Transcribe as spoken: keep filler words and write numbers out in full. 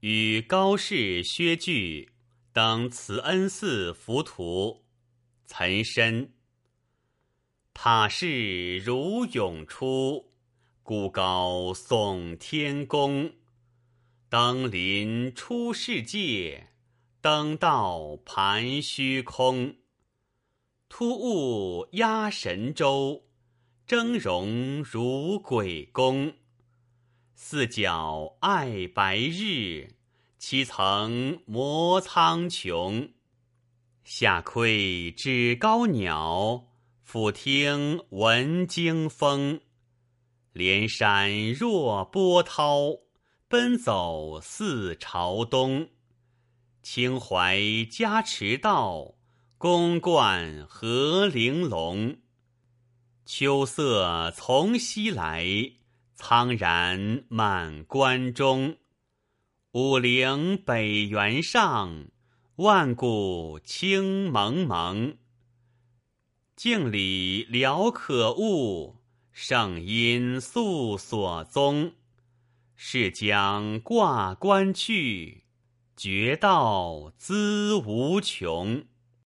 与高士、薛据登慈恩寺浮屠，岑参。塔势如涌出，孤高耸天宫。登临出世界，登道盘虚空。突兀压神州，峥嵘如鬼宫。四角爱白日，七层摩苍穹。下窥指高鸟，俯听闻惊风。连山若波涛，奔走似朝东。清淮加持道，宫观和玲珑。秋色从西来，苍然满关中。五陵北原上，万古青蒙蒙。镜里聊可悟，圣音诉所踪。是将挂冠去，绝道资无穷。